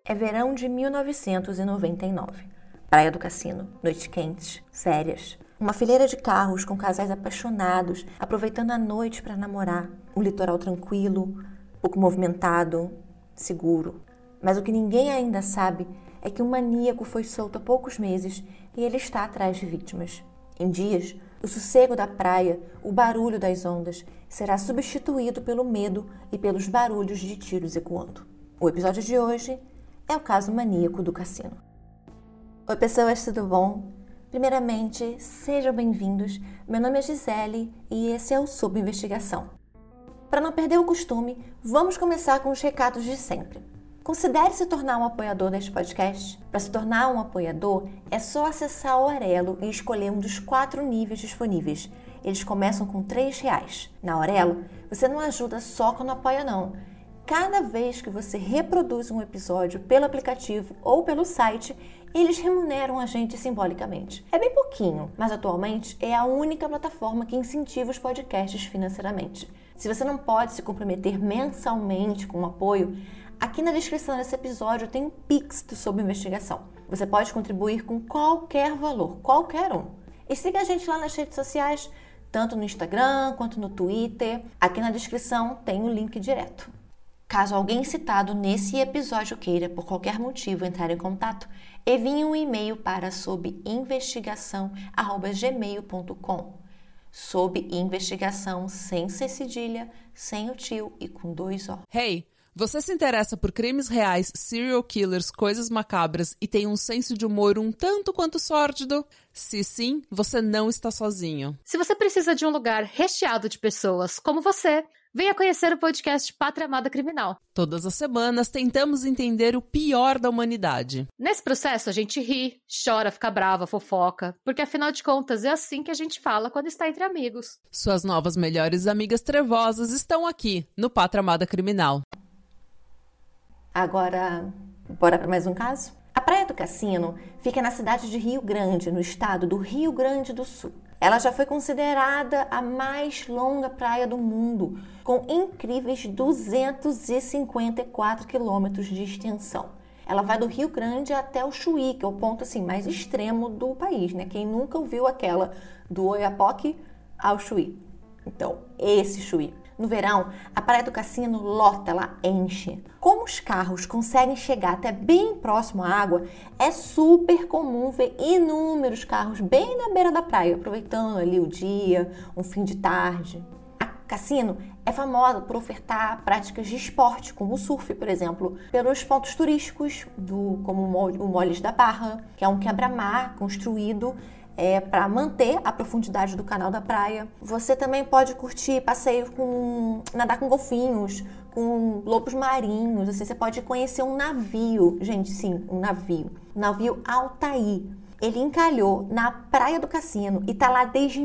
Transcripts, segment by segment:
É verão de 1999. Praia do Cassino, noites quentes, férias. Uma fileira de carros com casais apaixonados, aproveitando a noite para namorar. Um litoral tranquilo, pouco movimentado, seguro. Mas o que ninguém ainda sabe é que um maníaco foi solto há poucos meses e ele está atrás de vítimas. Em dias, o sossego da praia, o barulho das ondas, será substituído pelo medo e pelos barulhos de tiros ecoando. O episódio de hoje é o caso maníaco do cassino. Oi pessoas, tudo bom? Primeiramente, sejam bem-vindos. Meu nome é Gisele e esse é o Sob Investigação. Para não perder o costume, vamos começar com os recados de sempre. Considere se tornar um apoiador deste podcast. Para se tornar um apoiador, é só acessar o Aurelo e escolher um dos 4 níveis disponíveis. Eles começam com R$3. Na Aurelo, você não ajuda só quando apoia não. Cada vez que você reproduz um episódio pelo aplicativo ou pelo site, eles remuneram a gente simbolicamente. É bem pouquinho, mas atualmente é a única plataforma que incentiva os podcasts financeiramente. Se você não pode se comprometer mensalmente com o apoio, aqui na descrição desse episódio tem um Pix do Sob Investigação. Você pode contribuir com qualquer valor, qualquer um. E siga a gente lá nas redes sociais, tanto no Instagram quanto no Twitter. Aqui na descrição tem o link direto. Caso alguém citado nesse episódio queira, por qualquer motivo, entrar em contato, envie um e-mail para sobinvestigação@gmail.com. Sob investigação, sem C cedilha, sem o tio e com 2 O. Hey, você se interessa por crimes reais, serial killers, coisas macabras e tem um senso de humor um tanto quanto sórdido? Se sim, você não está sozinho. Se você precisa de um lugar recheado de pessoas como você, venha conhecer o podcast Pátria Amada Criminal. Todas as semanas tentamos entender o pior da humanidade. Nesse processo a gente ri, chora, fica brava, fofoca, porque afinal de contas é assim que a gente fala quando está entre amigos. Suas novas melhores amigas trevosas estão aqui, no Pátria Amada Criminal. Agora, bora para mais um caso? A Praia do Cassino fica na cidade de Rio Grande, no estado do Rio Grande do Sul. Ela já foi considerada a mais longa praia do mundo, com incríveis 254 quilômetros de extensão. Ela vai do Rio Grande até o Chuí, que é o ponto assim, mais extremo do país, né? Quem nunca ouviu aquela do Oiapoque ao Chuí? Então, esse Chuí. No verão, a Praia do Cassino lota, ela enche. Como os carros conseguem chegar até bem próximo à água, é super comum ver inúmeros carros bem na beira da praia, aproveitando ali o dia, um fim de tarde. A Cassino é famosa por ofertar práticas de esporte, como o surf, por exemplo, pelos pontos turísticos, como o Molles da Barra, que é um quebra-mar construído para manter a profundidade do canal da praia. Você também pode curtir passeio nadar com golfinhos, com lobos marinhos, assim, você pode conhecer um navio, gente, sim, um navio. O navio Altair. Ele encalhou na Praia do Cassino e está lá desde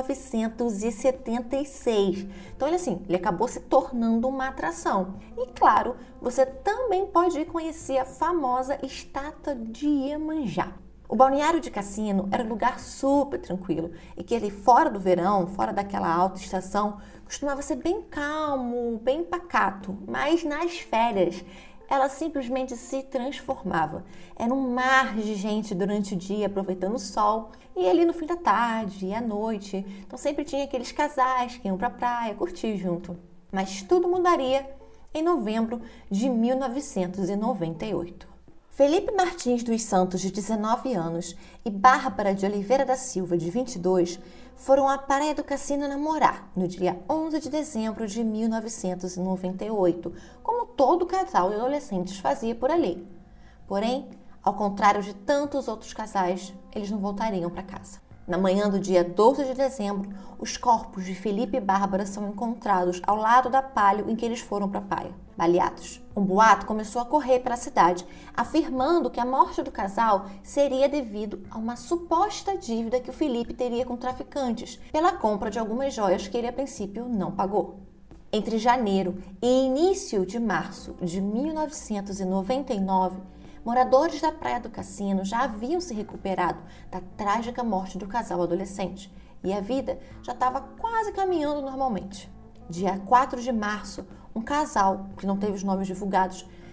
1976. Então, ele acabou se tornando uma atração. E, claro, você também pode ir conhecer a famosa Estátua de Iemanjá. O balneário de Cassino era um lugar super tranquilo e que ele, fora do verão, fora daquela alta estação, costumava ser bem calmo, bem pacato. Mas nas férias, ela simplesmente se transformava. Era um mar de gente durante o dia aproveitando o sol e ali no fim da tarde e à noite. Então sempre tinha aqueles casais que iam para a praia curtir junto. Mas tudo mudaria em novembro de 1998. Felipe Martins dos Santos, de 19 anos, e Bárbara de Oliveira da Silva, de 22, foram à Praia do Cassino namorar no dia 11 de dezembro de 1998, como todo casal de adolescentes fazia por ali. Porém, ao contrário de tantos outros casais, eles não voltariam para casa. Na manhã do dia 12 de dezembro, os corpos de Felipe e Bárbara são encontrados ao lado da palio em que eles foram para a praia, baleados. Um boato começou a correr pela cidade, afirmando que a morte do casal seria devido a uma suposta dívida que o Felipe teria com traficantes, pela compra de algumas joias que ele a princípio não pagou. Entre janeiro e início de março de 1999, moradores da Praia do Cassino já haviam se recuperado da trágica morte do casal adolescente e a vida já estava quase caminhando normalmente. Dia 4 de março, um casal, que não teve os nomes divulgados,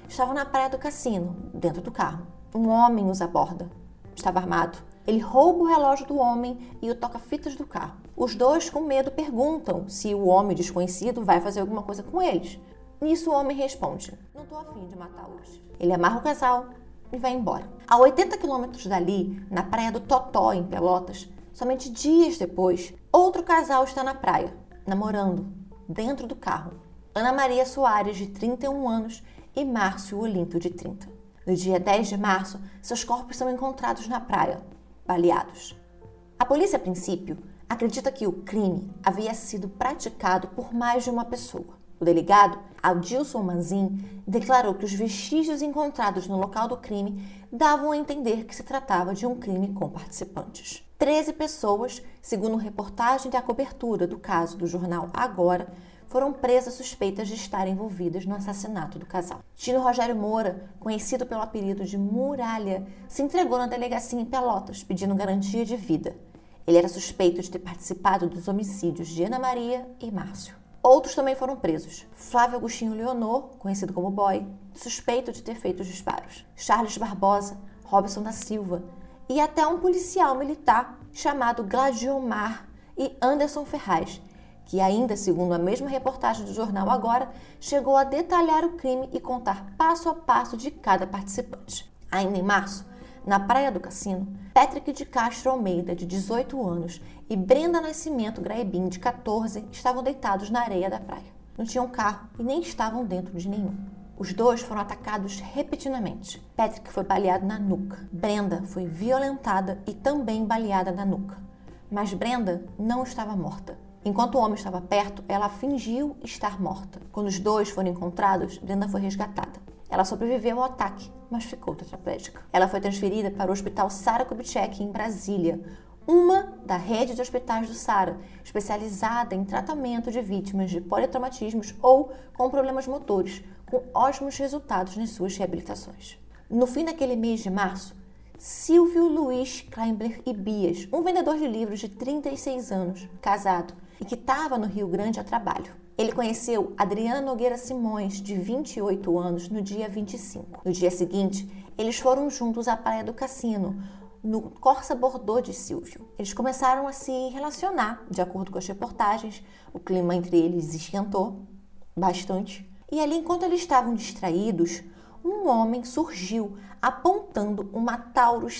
estavam na praia do cassino, dentro do carro. Um homem os aborda. Estava armado. Ele rouba o relógio do homem e o toca-fitas do carro. Os dois, com medo, perguntam se o homem desconhecido vai fazer alguma coisa com eles. Nisso o homem responde: não estou afim de matá-los. Ele amarra o casal e vai embora. A 80 quilômetros dali, na praia do Totó, em Pelotas, somente dias depois, outro casal está na praia, namorando, dentro do carro. Ana Maria Soares, de 31 anos, e Márcio Olinto, de 30. No dia 10 de março, seus corpos são encontrados na praia, baleados. A polícia, a princípio, acredita que o crime havia sido praticado por mais de uma pessoa. O delegado, Adilson Manzin, declarou que os vestígios encontrados no local do crime davam a entender que se tratava de um crime com participantes. 13 pessoas, segundo reportagem da cobertura do caso do jornal Agora, foram presas suspeitas de estarem envolvidas no assassinato do casal. Tino Rogério Moura, conhecido pelo apelido de Muralha, se entregou na delegacia em Pelotas, pedindo garantia de vida. Ele era suspeito de ter participado dos homicídios de Ana Maria e Márcio. Outros também foram presos. Flávio Agostinho Leonor, conhecido como Boy, suspeito de ter feito os disparos. Charles Barbosa, Robson da Silva e até um policial militar chamado Gladiomar e Anderson Ferraz, que ainda, segundo a mesma reportagem do jornal Agora, chegou a detalhar o crime e contar passo a passo de cada participante. Ainda em março, na praia do cassino, Patrick de Castro Almeida, de 18 anos, e Brenda Nascimento Graebin, de 14, estavam deitados na areia da praia. Não tinham carro e nem estavam dentro de nenhum. Os dois foram atacados repetidamente. Patrick foi baleado na nuca. Brenda foi violentada e também baleada na nuca. Mas Brenda não estava morta. Enquanto o homem estava perto, ela fingiu estar morta. Quando os dois foram encontrados, Brenda foi resgatada. Ela sobreviveu ao ataque, mas ficou tetraplégica. Ela foi transferida para o Hospital Sara Kubitschek, em Brasília, uma da rede de hospitais do Sara, especializada em tratamento de vítimas de politraumatismos ou com problemas motores, com ótimos resultados nas suas reabilitações. No fim daquele mês de março, Silvio Luiz Kleinbler e Bias, um vendedor de livros de 36 anos, casado, e que estava no Rio Grande a trabalho. Ele conheceu Adriana Nogueira Simões, de 28 anos, no dia 25. No dia seguinte, eles foram juntos à praia do cassino, no Corsa Bordeaux de Silvio. Eles começaram a se relacionar, de acordo com as reportagens. O clima entre eles esquentou bastante. E ali, enquanto eles estavam distraídos, um homem surgiu apontando uma Taurus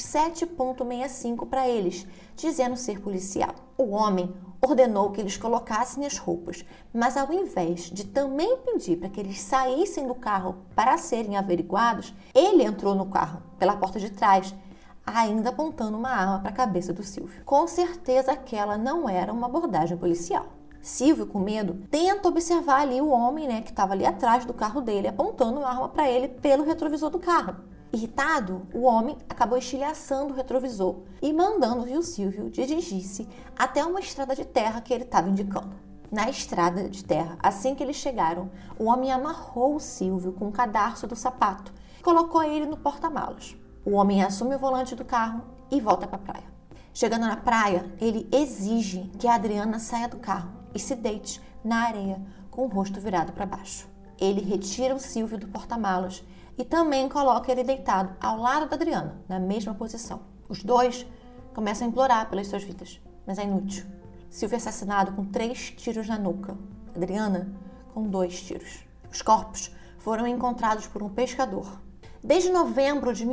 7.65 para eles, dizendo ser policial. O homem ordenou que eles colocassem as roupas, mas ao invés de também pedir para que eles saíssem do carro para serem averiguados, ele entrou no carro pela porta de trás, ainda apontando uma arma para a cabeça do Silvio. Com certeza aquela não era uma abordagem policial. Silvio, com medo, tenta observar ali o homem, que estava ali atrás do carro dele, apontando uma arma para ele pelo retrovisor do carro. Irritado, o homem acabou estilhaçando o retrovisor e mandando que o Silvio dirigisse até uma estrada de terra que ele estava indicando. Na estrada de terra, assim que eles chegaram, o homem amarrou o Silvio com o cadarço do sapato e colocou ele no porta-malas. O homem assume o volante do carro e volta para a praia. Chegando na praia, ele exige que a Adriana saia do carro e se deite na areia com o rosto virado para baixo. Ele retira o Silvio do porta-malas e também coloca ele deitado ao lado da Adriana, na mesma posição. Os dois começam a implorar pelas suas vidas, mas é inútil. Silvio é assassinado com 3 tiros na nuca, Adriana com 2 tiros. Os corpos foram encontrados por um pescador. Desde novembro de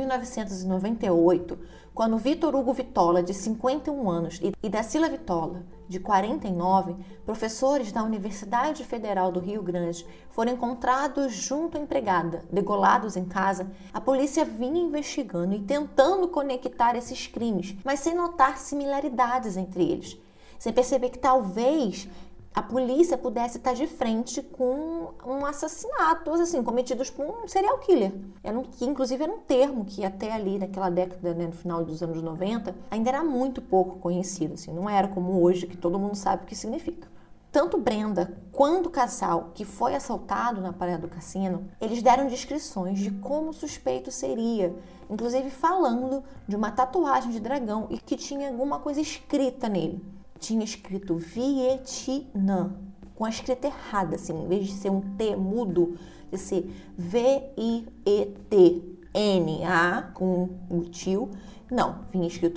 1998, quando Vitor Hugo Vitola, de 51 anos, e Dacila Vitola, de 49, professores da Universidade Federal do Rio Grande, foram encontrados junto à empregada, degolados em casa, a polícia vinha investigando e tentando conectar esses crimes, mas sem notar similaridades entre eles, sem perceber que talvez a polícia pudesse estar de frente com um assassinato, assim, cometidos por um serial killer. Que inclusive era um termo que até ali naquela década, no final dos anos 90, ainda era muito pouco conhecido, assim, não era como hoje, que todo mundo sabe o que significa. Tanto Brenda quanto o casal que foi assaltado na praia do cassino, eles deram descrições de como o suspeito seria, inclusive falando de uma tatuagem de dragão e que tinha alguma coisa escrita nele. Tinha escrito Vietnã, com a escrita errada, assim, em vez de ser um T mudo, esse V-I-E-T-N-A com o tio. Não, vinha escrito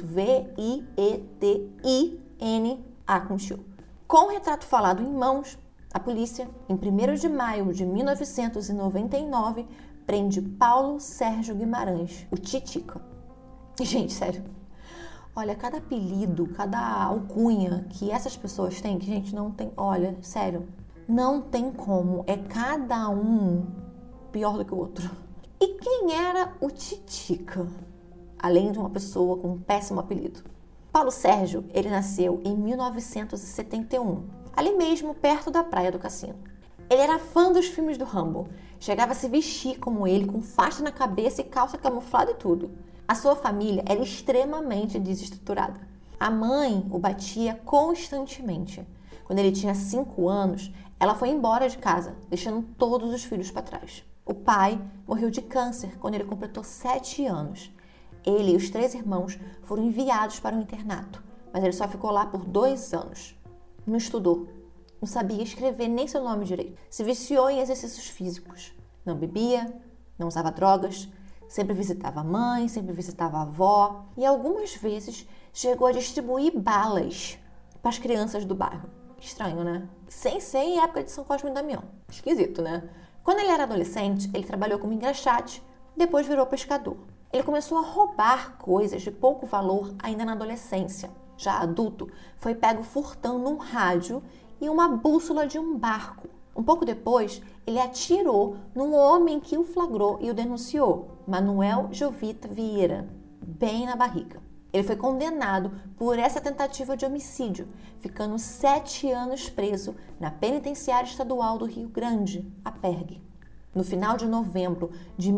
V-I-E-T-I-N-A com o tio. Com o retrato falado em mãos, a polícia, em 1º de maio de 1999, prende Paulo Sérgio Guimarães, o Titica. Gente, sério. Olha, cada apelido, cada alcunha que essas pessoas têm, que gente não tem... Olha, sério, não tem como. É cada um pior do que o outro. E quem era o Titica? Além de uma pessoa com um péssimo apelido. Paulo Sérgio, ele nasceu em 1971, ali mesmo perto da Praia do Cassino. Ele era fã dos filmes do Rambo. Chegava a se vestir como ele, com faixa na cabeça e calça camuflada e tudo. A sua família era extremamente desestruturada. A mãe o batia constantemente. Quando ele tinha 5 anos, ela foi embora de casa, deixando todos os filhos para trás. O pai morreu de câncer quando ele completou 7 anos. Ele e os 3 irmãos foram enviados para um internato, mas ele só ficou lá por 2 anos. Não estudou, não sabia escrever nem seu nome direito. Se viciou em exercícios físicos. Não bebia, não usava drogas, sempre visitava a mãe, sempre visitava a avó e algumas vezes chegou a distribuir balas para as crianças do bairro. Estranho, né? Sem ser em época de São Cosme e Damião. Esquisito, né? Quando ele era adolescente, ele trabalhou como engraxate, depois virou pescador. Ele começou a roubar coisas de pouco valor ainda na adolescência. Já adulto, foi pego furtando um rádio e uma bússola de um barco. Um pouco depois, ele atirou num homem que o flagrou e o denunciou, Manuel Jovita Vieira, bem na barriga. Ele foi condenado por essa tentativa de homicídio, ficando 7 anos preso na Penitenciária Estadual do Rio Grande, a PERG. No final de novembro de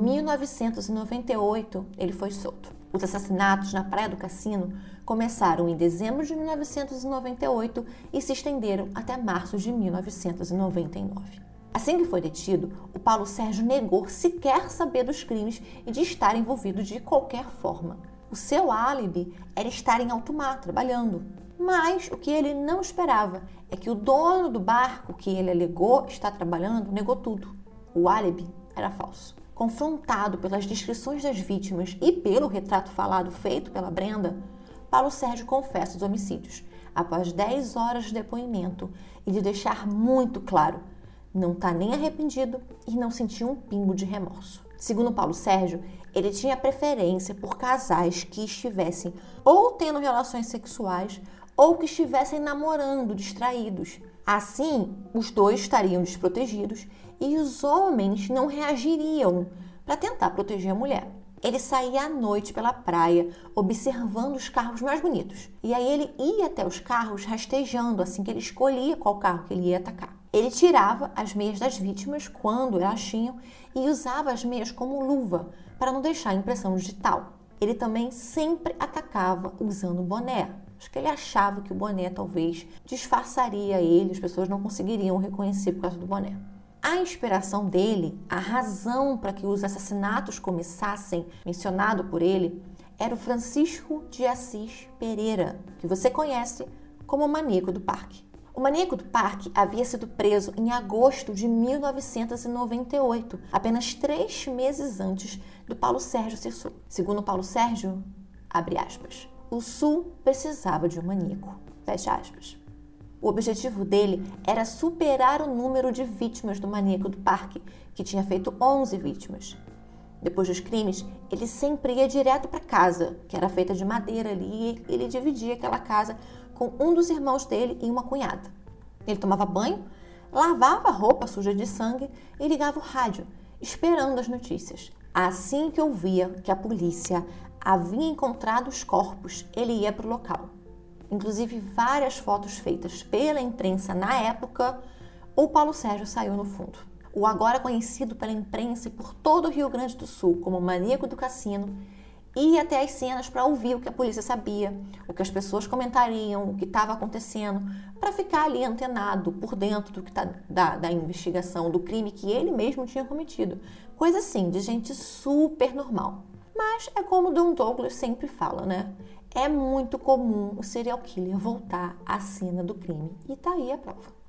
1998, ele foi solto. Os assassinatos na Praia do Cassino começaram em dezembro de 1998 e se estenderam até março de 1999. Assim que foi detido, o Paulo Sérgio negou sequer saber dos crimes e de estar envolvido de qualquer forma. O seu álibi era estar em alto mar, trabalhando. Mas o que ele não esperava é que o dono do barco que ele alegou estar trabalhando negou tudo. O álibi era falso. Confrontado pelas descrições das vítimas e pelo retrato falado feito pela Brenda, Paulo Sérgio confessa os homicídios, após 10 horas de depoimento e de deixar muito claro, não está nem arrependido e não sentiu um pingo de remorso. Segundo Paulo Sérgio, ele tinha preferência por casais que estivessem ou tendo relações sexuais ou que estivessem namorando, distraídos. Assim, os dois estariam desprotegidos e os homens não reagiriam para tentar proteger a mulher. Ele saía à noite pela praia, observando os carros mais bonitos. E aí ele ia até os carros rastejando, assim que ele escolhia qual carro que ele ia atacar. Ele tirava as meias das vítimas quando elas tinham e usava as meias como luva para não deixar impressão digital. Ele também sempre atacava usando boné. Acho que ele achava que o boné talvez disfarçaria ele, as pessoas não conseguiriam reconhecer por causa do boné. A inspiração dele, a razão para que os assassinatos começassem, mencionado por ele, era o Francisco de Assis Pereira, que você conhece como o Maníaco do Parque. O Maníaco do Parque havia sido preso em agosto de 1998, apenas 3 meses antes do Paulo Sérgio ser solto. Segundo Paulo Sérgio, abre aspas, o Sul precisava de um maníaco, fecha aspas. O objetivo dele era superar o número de vítimas do Maníaco do Parque, que tinha feito 11 vítimas. Depois dos crimes, ele sempre ia direto para casa, que era feita de madeira ali, e ele dividia aquela casa com um dos irmãos dele e uma cunhada. Ele tomava banho, lavava a roupa suja de sangue e ligava o rádio, esperando as notícias. Assim que ouvia que a polícia havia encontrado os corpos, ele ia para o local. Inclusive, várias fotos feitas pela imprensa na época, o Paulo Sérgio saiu no fundo. O agora conhecido pela imprensa e por todo o Rio Grande do Sul como Maníaco do Cassino, ia até as cenas para ouvir o que a polícia sabia, o que as pessoas comentariam, o que estava acontecendo, para ficar ali antenado por dentro do que da investigação, do crime que ele mesmo tinha cometido. Coisa assim, de gente super normal. Mas é como o Don Douglas sempre fala, né? É muito comum o serial killer voltar à cena do crime. E tá aí a prova.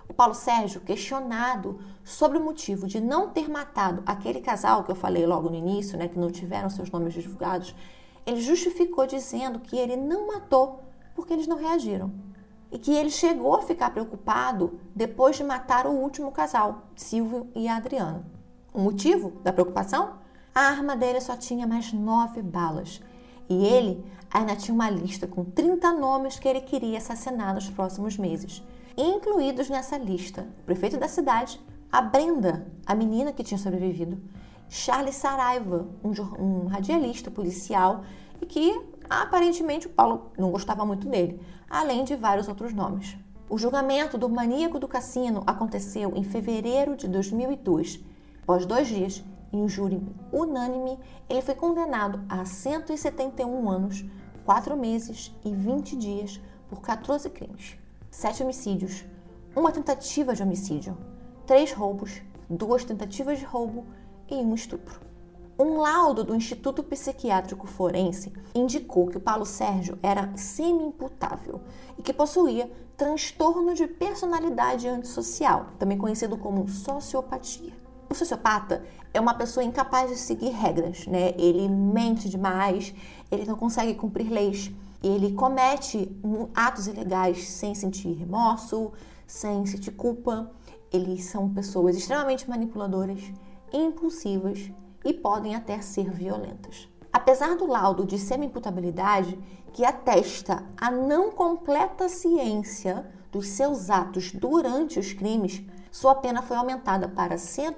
O Paulo Sérgio, questionado sobre o motivo de não ter matado aquele casal que eu falei logo no início, né, que não tiveram seus nomes divulgados, ele justificou dizendo que ele não matou porque eles não reagiram. E que ele chegou a ficar preocupado depois de matar o último casal, Silvio e Adriano. O motivo da preocupação? A arma dele só tinha mais 9 balas. E ele ainda tinha uma lista com 30 nomes que ele queria assassinar nos próximos meses. Incluídos nessa lista, o prefeito da cidade, a Brenda, a menina que tinha sobrevivido, Charles Saraiva, um radialista policial e que aparentemente o Paulo não gostava muito dele, além de vários outros nomes. O julgamento do maníaco do cassino aconteceu em fevereiro de 2002. Após 2 dias, em um júri unânime, ele foi condenado a 171 anos, 4 meses e 20 dias por 14 crimes. 7 homicídios, 1 tentativa de homicídio, 3 roubos, 2 tentativas de roubo e 1 estupro. Um laudo do Instituto Psiquiátrico Forense indicou que o Paulo Sérgio era semi-imputável e que possuía transtorno de personalidade antissocial, também conhecido como sociopatia. O sociopata é uma pessoa incapaz de seguir regras, né? Ele mente demais, ele não consegue cumprir leis, ele comete atos ilegais sem sentir remorso, sem sentir culpa. Eles são pessoas extremamente manipuladoras, impulsivas e podem até ser violentas. Apesar do laudo de semi-imputabilidade, que atesta a não completa ciência dos seus atos durante os crimes, sua pena foi aumentada para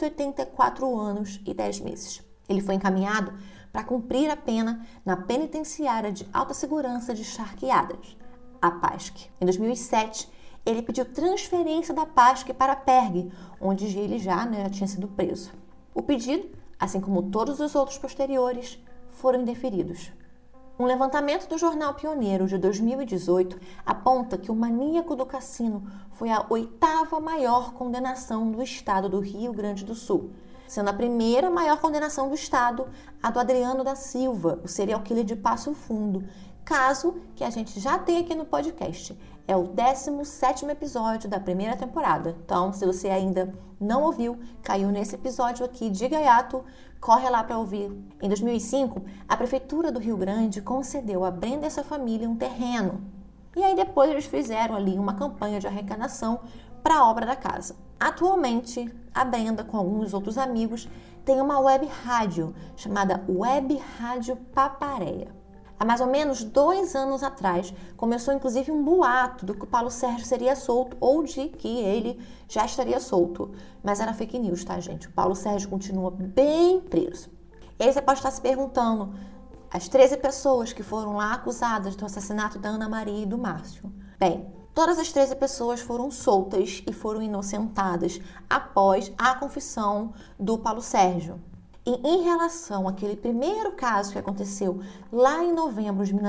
184 anos e 10 meses. Ele foi encaminhado para cumprir a pena na penitenciária de alta segurança de Charqueadas, a PASC. Em 2007, ele pediu transferência da PASC para a PERG, onde ele já tinha sido preso. O pedido, assim como todos os outros posteriores, foram indeferidos. Um levantamento do jornal Pioneiro de 2018 aponta que o maníaco do cassino foi a 8ª maior condenação do estado do Rio Grande do Sul, sendo a primeira maior condenação do estado a do Adriano da Silva, o serial killer de Passo Fundo, caso que a gente já tem aqui no podcast. É o 17º episódio da primeira temporada. Então, se você ainda não ouviu, caiu nesse episódio aqui de gaiato, corre lá para ouvir. Em 2005, a Prefeitura do Rio Grande concedeu a Brenda e sua família um terreno. E aí depois eles fizeram ali uma campanha de arrecadação para a obra da casa. Atualmente, a Brenda, com alguns outros amigos, tem uma web rádio chamada Web Rádio Paparéia. Há mais ou menos 2 anos atrás, começou inclusive um boato do que o Paulo Sérgio seria solto ou de que ele já estaria solto. Mas era fake news, tá, gente? O Paulo Sérgio continua bem preso. E aí você pode estar se perguntando, as 13 pessoas que foram lá acusadas do assassinato da Ana Maria e do Márcio. Bem, todas as 13 pessoas foram soltas e foram inocentadas após a confissão do Paulo Sérgio. E em relação àquele primeiro caso que aconteceu lá em novembro de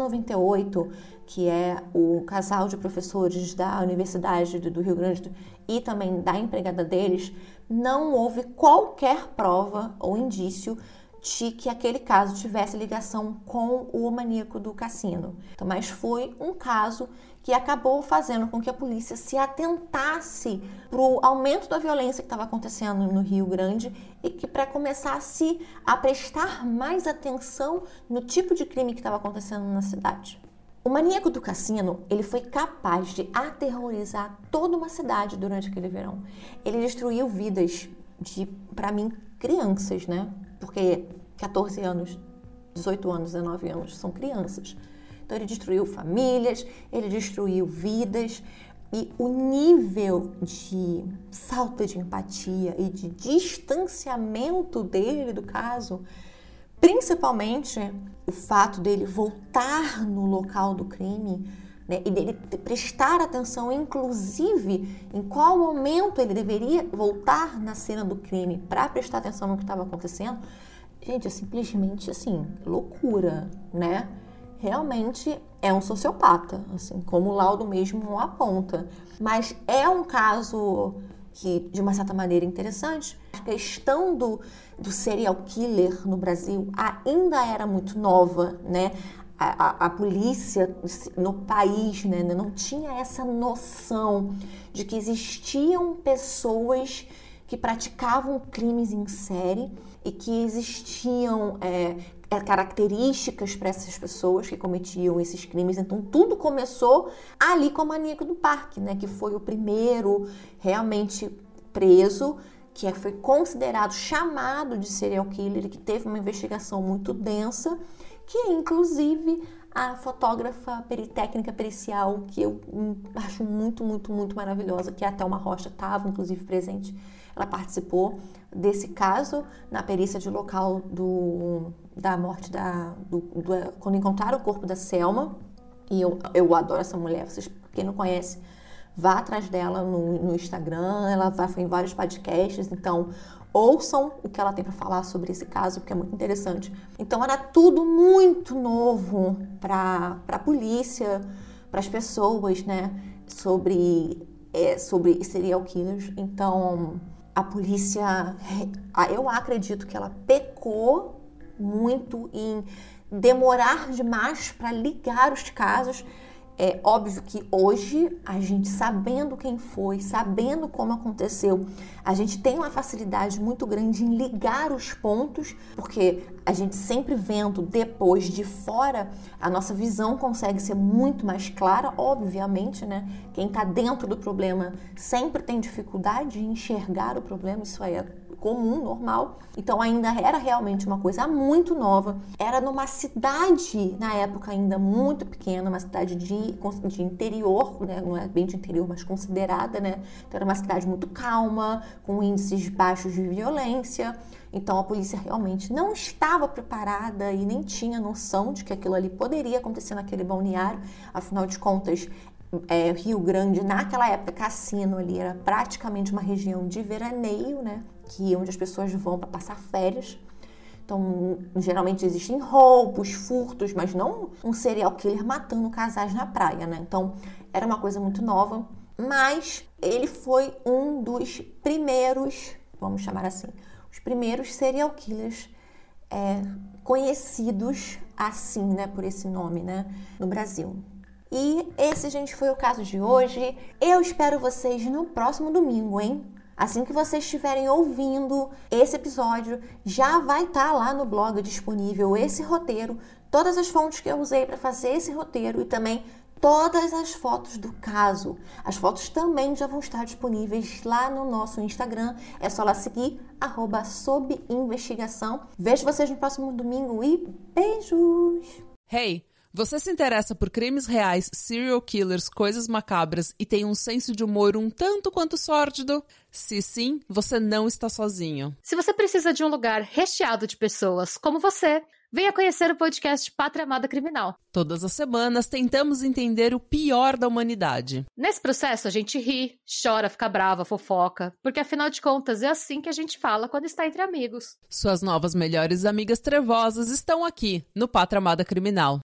1998, que é o casal de professores da Universidade do Rio Grande e também da empregada deles, não houve qualquer prova ou indício de que aquele caso tivesse ligação com o maníaco do cassino. Então, mas foi um caso que acabou fazendo com que a polícia se atentasse para o aumento da violência que estava acontecendo no Rio Grande e que para começasse a prestar mais atenção no tipo de crime que estava acontecendo na cidade. O maníaco do cassino, ele foi capaz de aterrorizar toda uma cidade durante aquele verão. Ele destruiu vidas de, para mim, crianças, né? Porque 14 anos, 18 anos, 19 anos são crianças. Então ele destruiu famílias, ele destruiu vidas e o nível de falta de empatia e de distanciamento dele do caso, principalmente o fato dele voltar no local do crime, né, e dele prestar atenção, inclusive, em qual momento ele deveria voltar na cena do crime para prestar atenção no que estava acontecendo. Gente, é simplesmente, assim, loucura, né? Realmente é um sociopata, assim, como o laudo mesmo aponta. Mas é um caso que, de uma certa maneira, é interessante. A questão do serial killer no Brasil ainda era muito nova, né? a polícia no país, né, não tinha essa noção de que existiam pessoas que praticavam crimes em série e que existiam características para essas pessoas que cometiam esses crimes. Então, tudo começou ali com o Maníaco do Parque, né, que foi o primeiro realmente preso, que foi considerado, chamado de serial killer, que teve uma investigação muito densa, que é, inclusive, a fotógrafa técnica pericial, que eu acho muito, muito, muito maravilhosa, que a Thelma Rocha estava, inclusive, presente. Ela participou desse caso na perícia de local da morte, quando encontraram o corpo da Selma. E eu adoro essa mulher. Quem não conhece, vá atrás dela no Instagram. Ela foi em vários podcasts, então ouçam o que ela tem para falar sobre esse caso, porque é muito interessante. Então era tudo muito novo para a polícia, para as pessoas, né, sobre serial killers. Então a polícia, eu acredito que ela pecou muito em demorar demais para ligar os casos. É óbvio que hoje, a gente sabendo quem foi, sabendo como aconteceu, a gente tem uma facilidade muito grande em ligar os pontos, porque a gente sempre vendo depois de fora, a nossa visão consegue ser muito mais clara, obviamente, né? Quem está dentro do problema sempre tem dificuldade em enxergar o problema, isso é comum, normal. Então ainda era realmente uma coisa muito nova. Era numa cidade, na época ainda muito pequena, uma cidade de interior, né? Não é bem de interior, mas considerada, né? Então era uma cidade muito calma, com índices baixos de violência. Então a polícia realmente não estava preparada e nem tinha noção de que aquilo ali poderia acontecer naquele balneário. Afinal de contas, Rio Grande, naquela época, Cassino ali era praticamente uma região de veraneio, né? Onde as pessoas vão para passar férias. Então, geralmente existem roubos, furtos, mas não um serial killer matando casais na praia, né? Então, era uma coisa muito nova, mas ele foi um dos primeiros, vamos chamar assim, os primeiros serial killers conhecidos assim, né, por esse nome, né, no Brasil. E esse, gente, foi o caso de hoje. Eu espero vocês no próximo domingo, hein? Assim que vocês estiverem ouvindo esse episódio, já vai estar lá no blog disponível esse roteiro, todas as fontes que eu usei para fazer esse roteiro e também todas as fotos do caso. As fotos também já vão estar disponíveis lá no nosso Instagram. É só lá seguir, @sobinvestigação. Vejo vocês no próximo domingo e beijos! Hey! Você se interessa por crimes reais, serial killers, coisas macabras e tem um senso de humor um tanto quanto sórdido? Se sim, você não está sozinho. Se você precisa de um lugar recheado de pessoas como você, venha conhecer o podcast Pátria Amada Criminal. Todas as semanas tentamos entender o pior da humanidade. Nesse processo a gente ri, chora, fica brava, fofoca, porque afinal de contas é assim que a gente fala quando está entre amigos. Suas novas melhores amigas trevosas estão aqui no Pátria Amada Criminal.